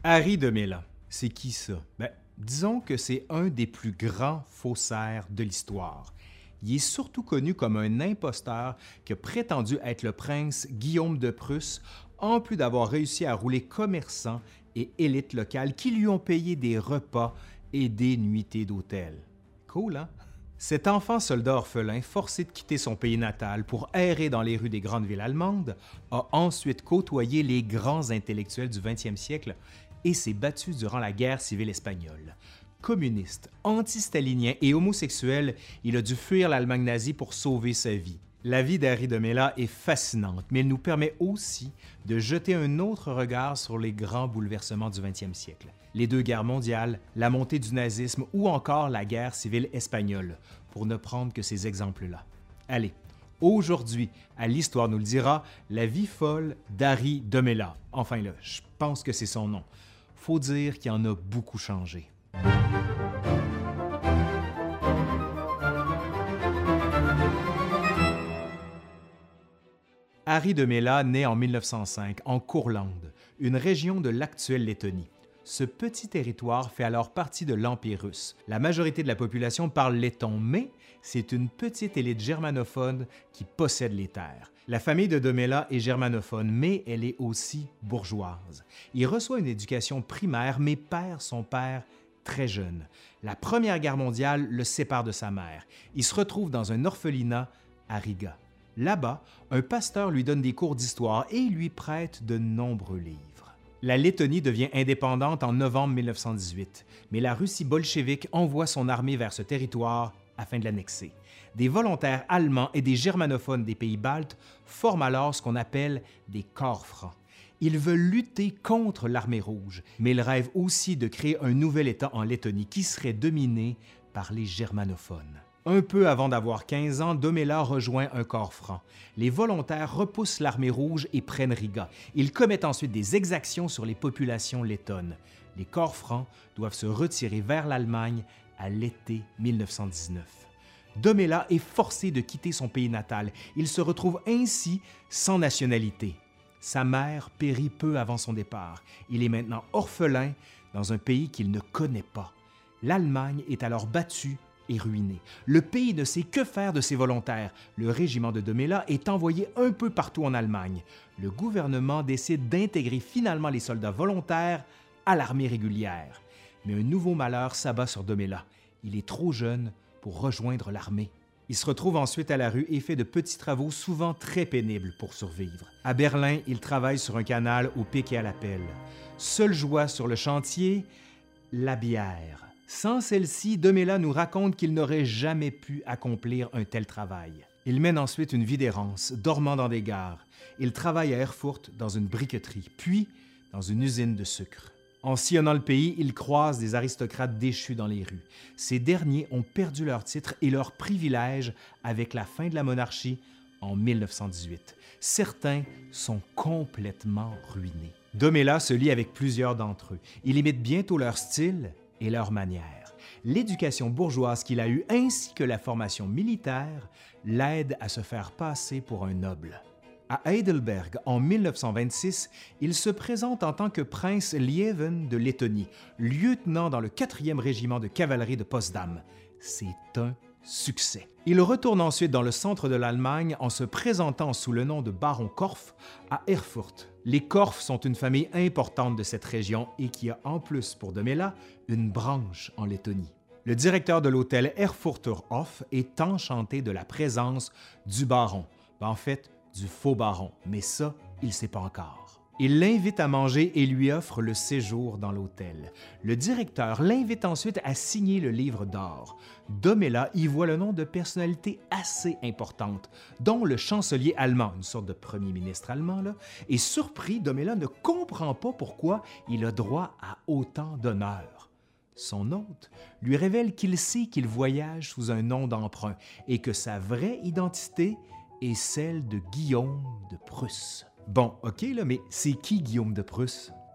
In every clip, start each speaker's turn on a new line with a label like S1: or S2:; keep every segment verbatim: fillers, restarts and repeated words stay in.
S1: Harry de Mela, c'est qui ça? Ben, disons que c'est un des plus grands faussaires de l'histoire. Il est surtout connu comme un imposteur qui a prétendu être le prince Guillaume de Prusse, en plus d'avoir réussi à rouler commerçants et élites locales qui lui ont payé des repas et des nuitées d'hôtel. Cool, hein? Cet enfant soldat orphelin, forcé de quitter son pays natal pour errer dans les rues des grandes villes allemandes, a ensuite côtoyé les grands intellectuels du vingtième siècle et s'est battu durant la guerre civile espagnole. Communiste, anti-stalinien et homosexuel, il a dû fuir l'Allemagne nazie pour sauver sa vie. La vie d'Harry de Mela est fascinante, mais elle nous permet aussi de jeter un autre regard sur les grands bouleversements du vingtième siècle. Les deux guerres mondiales, la montée du nazisme ou encore la guerre civile espagnole, pour ne prendre que ces exemples-là. Allez, aujourd'hui, à l'Histoire nous le dira, la vie folle d'Harry de Mela. Enfin là, je pense que c'est son nom. Faut dire qu'il en a beaucoup changé. Harry de Mela naît en mille neuf cent cinq en Courlande, une région de l'actuelle Lettonie. Ce petit territoire fait alors partie de l'Empire russe. La majorité de la population parle letton, mais c'est une petite élite germanophone qui possède les terres. La famille de de Mela est germanophone, mais elle est aussi bourgeoise. Il reçoit une éducation primaire, mais perd son père très jeune. La Première Guerre mondiale le sépare de sa mère. Il se retrouve dans un orphelinat à Riga. Là-bas, un pasteur lui donne des cours d'histoire et lui prête de nombreux livres. La Lettonie devient indépendante en novembre mille neuf cent dix-huit, mais la Russie bolchevique envoie son armée vers ce territoire afin de l'annexer. Des volontaires allemands et des germanophones des pays baltes forment alors ce qu'on appelle des corps francs. Ils veulent lutter contre l'armée rouge, mais ils rêvent aussi de créer un nouvel État en Lettonie qui serait dominé par les germanophones. Un peu avant d'avoir quinze ans, de Mela rejoint un corps franc. Les volontaires repoussent l'armée rouge et prennent Riga. Ils commettent ensuite des exactions sur les populations lettonnes. Les corps francs doivent se retirer vers l'Allemagne à l'été mille neuf cent dix-neuf. De Mela est forcé de quitter son pays natal. Il se retrouve ainsi sans nationalité. Sa mère périt peu avant son départ. Il est maintenant orphelin dans un pays qu'il ne connaît pas. L'Allemagne est alors battue et ruiné. Le pays ne sait que faire de ses volontaires. Le régiment de de Mela est envoyé un peu partout en Allemagne. Le gouvernement décide d'intégrer finalement les soldats volontaires à l'armée régulière. Mais un nouveau malheur s'abat sur de Mela. Il est trop jeune pour rejoindre l'armée. Il se retrouve ensuite à la rue et fait de petits travaux souvent très pénibles pour survivre. À Berlin, il travaille sur un canal au pic et à la pelle. Seule joie sur le chantier, la bière. Sans celle-ci, de Mela nous raconte qu'il n'aurait jamais pu accomplir un tel travail. Il mène ensuite une vie d'errance, dormant dans des gares. Il travaille à Erfurt dans une briqueterie, puis dans une usine de sucre. En sillonnant le pays, il croise des aristocrates déchus dans les rues. Ces derniers ont perdu leurs titres et leurs privilèges avec la fin de la monarchie en mille neuf cent dix-huit. Certains sont complètement ruinés. De Mela se lie avec plusieurs d'entre eux. Il imite bientôt leur style et leurs manières. L'éducation bourgeoise qu'il a eue ainsi que la formation militaire l'aident à se faire passer pour un noble. À Heidelberg, en mille neuf cent vingt-six, il se présente en tant que prince Lieven de Lettonie, lieutenant dans le quatrième régiment de cavalerie de Potsdam. C'est un succès. Il retourne ensuite dans le centre de l'Allemagne en se présentant sous le nom de baron Korff à Erfurt. Les Korff sont une famille importante de cette région et qui a en plus pour de Mela une branche en Lettonie. Le directeur de l'hôtel Erfurter Hof est enchanté de la présence du baron, ben, en fait du faux baron, mais ça, il ne sait pas encore. Il l'invite à manger et lui offre le séjour dans l'hôtel. Le directeur l'invite ensuite à signer le livre d'or. De Mela y voit le nom de personnalités assez importantes, dont le chancelier allemand, une sorte de premier ministre allemand, là, et surpris, de Mela ne comprend pas pourquoi il a droit à autant d'honneur. Son hôte lui révèle qu'il sait qu'il voyage sous un nom d'emprunt et que sa vraie identité est celle de Guillaume de Prusse. Bon, OK, là, mais c'est qui Guillaume de Prusse?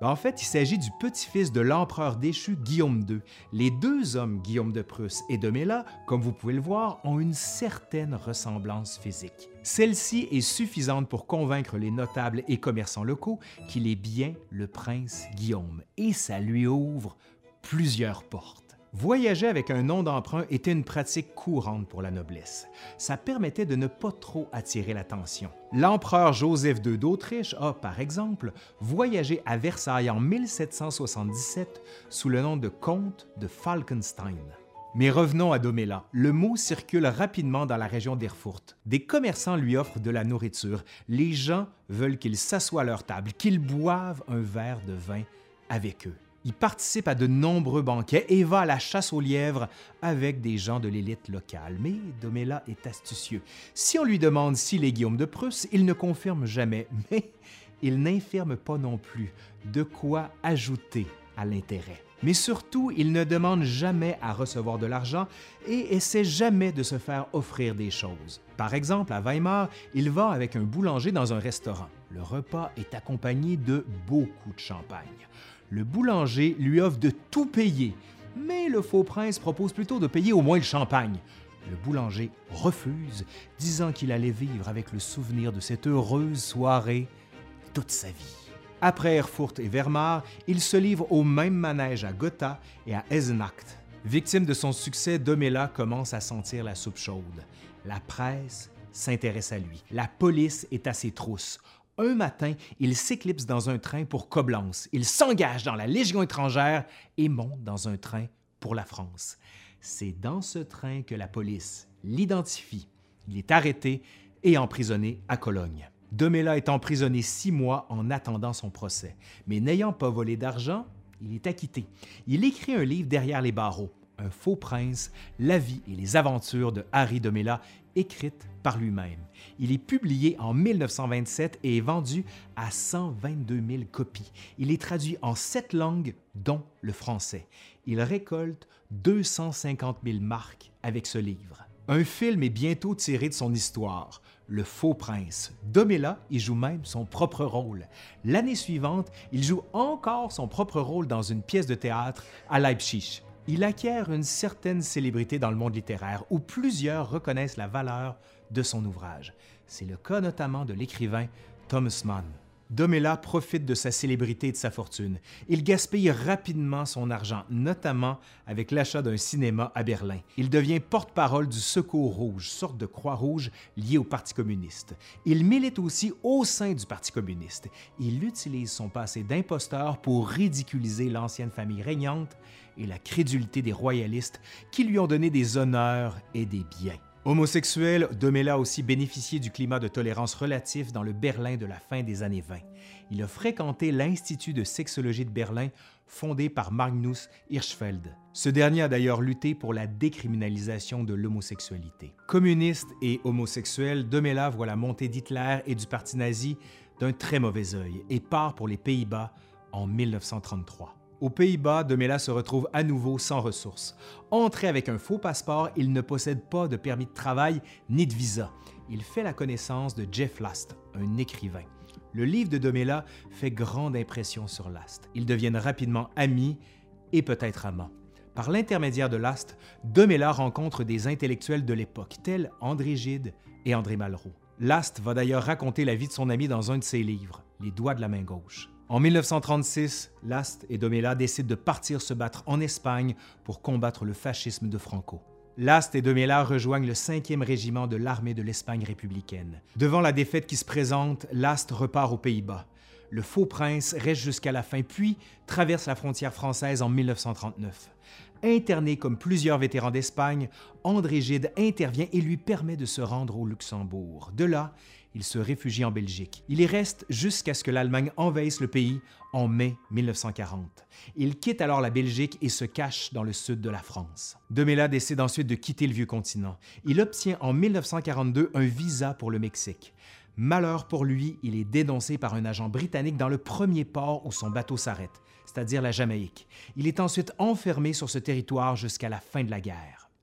S1: Ben, en fait, il s'agit du petit-fils de l'empereur déchu Guillaume deux. Les deux hommes, Guillaume de Prusse et Domela, comme vous pouvez le voir, ont une certaine ressemblance physique. Celle-ci est suffisante pour convaincre les notables et commerçants locaux qu'il est bien le prince Guillaume, et ça lui ouvre plusieurs portes. Voyager avec un nom d'emprunt était une pratique courante pour la noblesse. Ça permettait de ne pas trop attirer l'attention. L'empereur Joseph deux d'Autriche a, par exemple, voyagé à Versailles en mille sept cent soixante-dix-sept sous le nom de comte de Falkenstein. Mais revenons à Domela. Le mot circule rapidement dans la région d'Erfurt. Des commerçants lui offrent de la nourriture. Les gens veulent qu'il s'assoie à leur table, qu'il boive un verre de vin avec eux. Il participe à de nombreux banquets et va à la chasse aux lièvres avec des gens de l'élite locale. Mais Domela est astucieux. Si on lui demande s'il est Guillaume de Prusse, il ne confirme jamais, mais il n'infirme pas non plus de quoi ajouter à l'intérêt. Mais surtout, il ne demande jamais à recevoir de l'argent et essaie jamais de se faire offrir des choses. Par exemple, à Weimar, il va avec un boulanger dans un restaurant. Le repas est accompagné de beaucoup de champagne. Le boulanger lui offre de tout payer, mais le faux prince propose plutôt de payer au moins le champagne. Le boulanger refuse, disant qu'il allait vivre avec le souvenir de cette heureuse soirée toute sa vie. Après Erfurt et Weimar, il se livre au même manège à Gotha et à Eisenach. Victime de son succès, Domela commence à sentir la soupe chaude. La presse s'intéresse à lui. La police est à ses trousses. Un matin, il s'éclipse dans un train pour Coblence. Il s'engage dans la Légion étrangère et monte dans un train pour la France. C'est dans ce train que la police l'identifie. Il est arrêté et emprisonné à Cologne. Domela est emprisonné six mois en attendant son procès. Mais n'ayant pas volé d'argent, il est acquitté. Il écrit un livre derrière les barreaux, Un faux prince, la vie et les aventures de Harry Domela, écrite par lui-même. Il est publié en mille neuf cent vingt-sept et est vendu à cent vingt-deux mille copies. Il est traduit en sept langues, dont le français. Il récolte deux cent cinquante mille marques avec ce livre. Un film est bientôt tiré de son histoire, Le Faux Prince. Domela y joue même son propre rôle. L'année suivante, il joue encore son propre rôle dans une pièce de théâtre à Leipzig. Il acquiert une certaine célébrité dans le monde littéraire où plusieurs reconnaissent la valeur de son ouvrage. C'est le cas notamment de l'écrivain Thomas Mann. Domela profite de sa célébrité et de sa fortune. Il gaspille rapidement son argent, notamment avec l'achat d'un cinéma à Berlin. Il devient porte-parole du Secours rouge, sorte de croix rouge liée au Parti communiste. Il milite aussi au sein du Parti communiste. Il utilise son passé d'imposteur pour ridiculiser l'ancienne famille régnante et la crédulité des royalistes qui lui ont donné des honneurs et des biens. Homosexuel, Domela a aussi bénéficié du climat de tolérance relatif dans le Berlin de la fin des années vingt. Il a fréquenté l'Institut de sexologie de Berlin, fondé par Magnus Hirschfeld. Ce dernier a d'ailleurs lutté pour la décriminalisation de l'homosexualité. Communiste et homosexuel, Domela voit la montée d'Hitler et du parti nazi d'un très mauvais œil et part pour les Pays-Bas en mille neuf cent trente-trois. Aux Pays-Bas, Domela se retrouve à nouveau sans ressources. Entré avec un faux passeport, il ne possède pas de permis de travail ni de visa. Il fait la connaissance de Jeff Last, un écrivain. Le livre de Domela fait grande impression sur Last. Ils deviennent rapidement amis et peut-être amants. Par l'intermédiaire de Last, Domela rencontre des intellectuels de l'époque, tels André Gide et André Malraux. Last va d'ailleurs raconter la vie de son ami dans un de ses livres, Les doigts de la main gauche. En mille neuf cent trente-six, Last et Domela décident de partir se battre en Espagne pour combattre le fascisme de Franco. Last et Domela rejoignent le cinquième régiment de l'armée de l'Espagne républicaine. Devant la défaite qui se présente, Last repart aux Pays-Bas. Le faux prince reste jusqu'à la fin, puis traverse la frontière française en mille neuf cent trente-neuf. Interné comme plusieurs vétérans d'Espagne, André Gide intervient et lui permet de se rendre au Luxembourg. De là, il se réfugie en Belgique. Il y reste jusqu'à ce que l'Allemagne envahisse le pays en mai mille neuf cent quarante. Il quitte alors la Belgique et se cache dans le sud de la France. Domela décide ensuite de quitter le vieux continent. Il obtient en mille neuf cent quarante-deux un visa pour le Mexique. Malheur pour lui, il est dénoncé par un agent britannique dans le premier port où son bateau s'arrête, c'est-à-dire la Jamaïque. Il est ensuite enfermé sur ce territoire jusqu'à la fin de la guerre.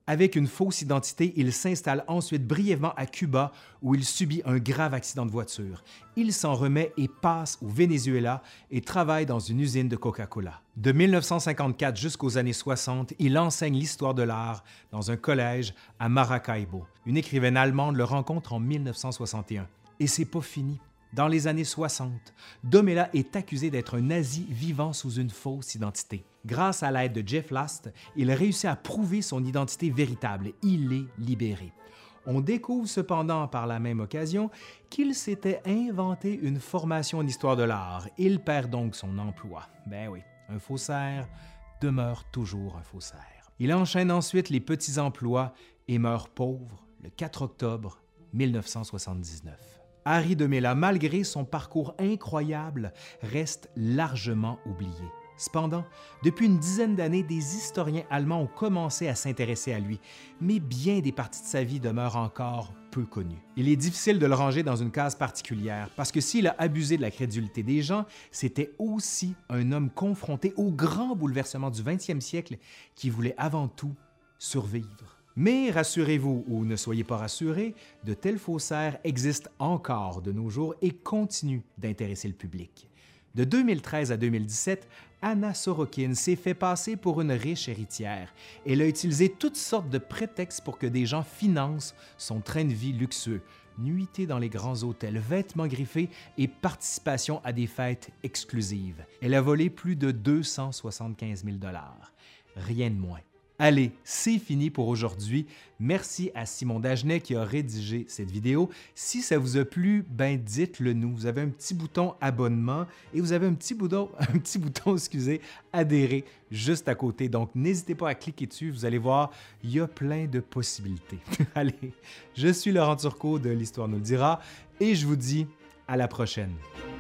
S1: Avec une fausse identité, il s'installe ensuite brièvement à Cuba où il subit un grave accident de voiture. Il s'en remet et passe au Venezuela et travaille dans une usine de Coca-Cola. De mille neuf cent cinquante-quatre jusqu'aux années soixante, il enseigne l'histoire de l'art dans un collège à Maracaibo. Une écrivaine allemande le rencontre en mille neuf cent soixante et un. Et c'est pas fini. Dans les années soixante, Domela est accusé d'être un nazi vivant sous une fausse identité. Grâce à l'aide de Jeff Last, il réussit à prouver son identité véritable. Il est libéré. On découvre cependant par la même occasion qu'il s'était inventé une formation en histoire de l'art. Il perd donc son emploi. Ben oui, un faussaire demeure toujours un faussaire. Il enchaîne ensuite les petits emplois et meurt pauvre le quatre octobre mille neuf cent soixante-dix-neuf. Harry Domela, malgré son parcours incroyable, reste largement oublié. Cependant, depuis une dizaine d'années, des historiens allemands ont commencé à s'intéresser à lui, mais bien des parties de sa vie demeurent encore peu connues. Il est difficile de le ranger dans une case particulière, parce que s'il a abusé de la crédulité des gens, c'était aussi un homme confronté au grand bouleversement du vingtième siècle qui voulait avant tout survivre. Mais rassurez-vous ou ne soyez pas rassurés, de tels faussaires existent encore de nos jours et continuent d'intéresser le public. De deux mille treize à deux mille dix-sept, Anna Sorokin s'est fait passer pour une riche héritière. Elle a utilisé toutes sortes de prétextes pour que des gens financent son train de vie luxueux, nuitées dans les grands hôtels, vêtements griffés et participation à des fêtes exclusives. Elle a volé plus de deux cent soixante-quinze mille dollars. Rien de moins. Allez, c'est fini pour aujourd'hui. Merci à Simon Dagenet qui a rédigé cette vidéo. Si ça vous a plu, ben dites-le nous. Vous avez un petit bouton abonnement et vous avez un petit bouton, un petit bouton, excusez, adhérer juste à côté. Donc, n'hésitez pas à cliquer dessus. Vous allez voir, il y a plein de possibilités. Allez, je suis Laurent Turcot de l'Histoire nous le dira et je vous dis à la prochaine.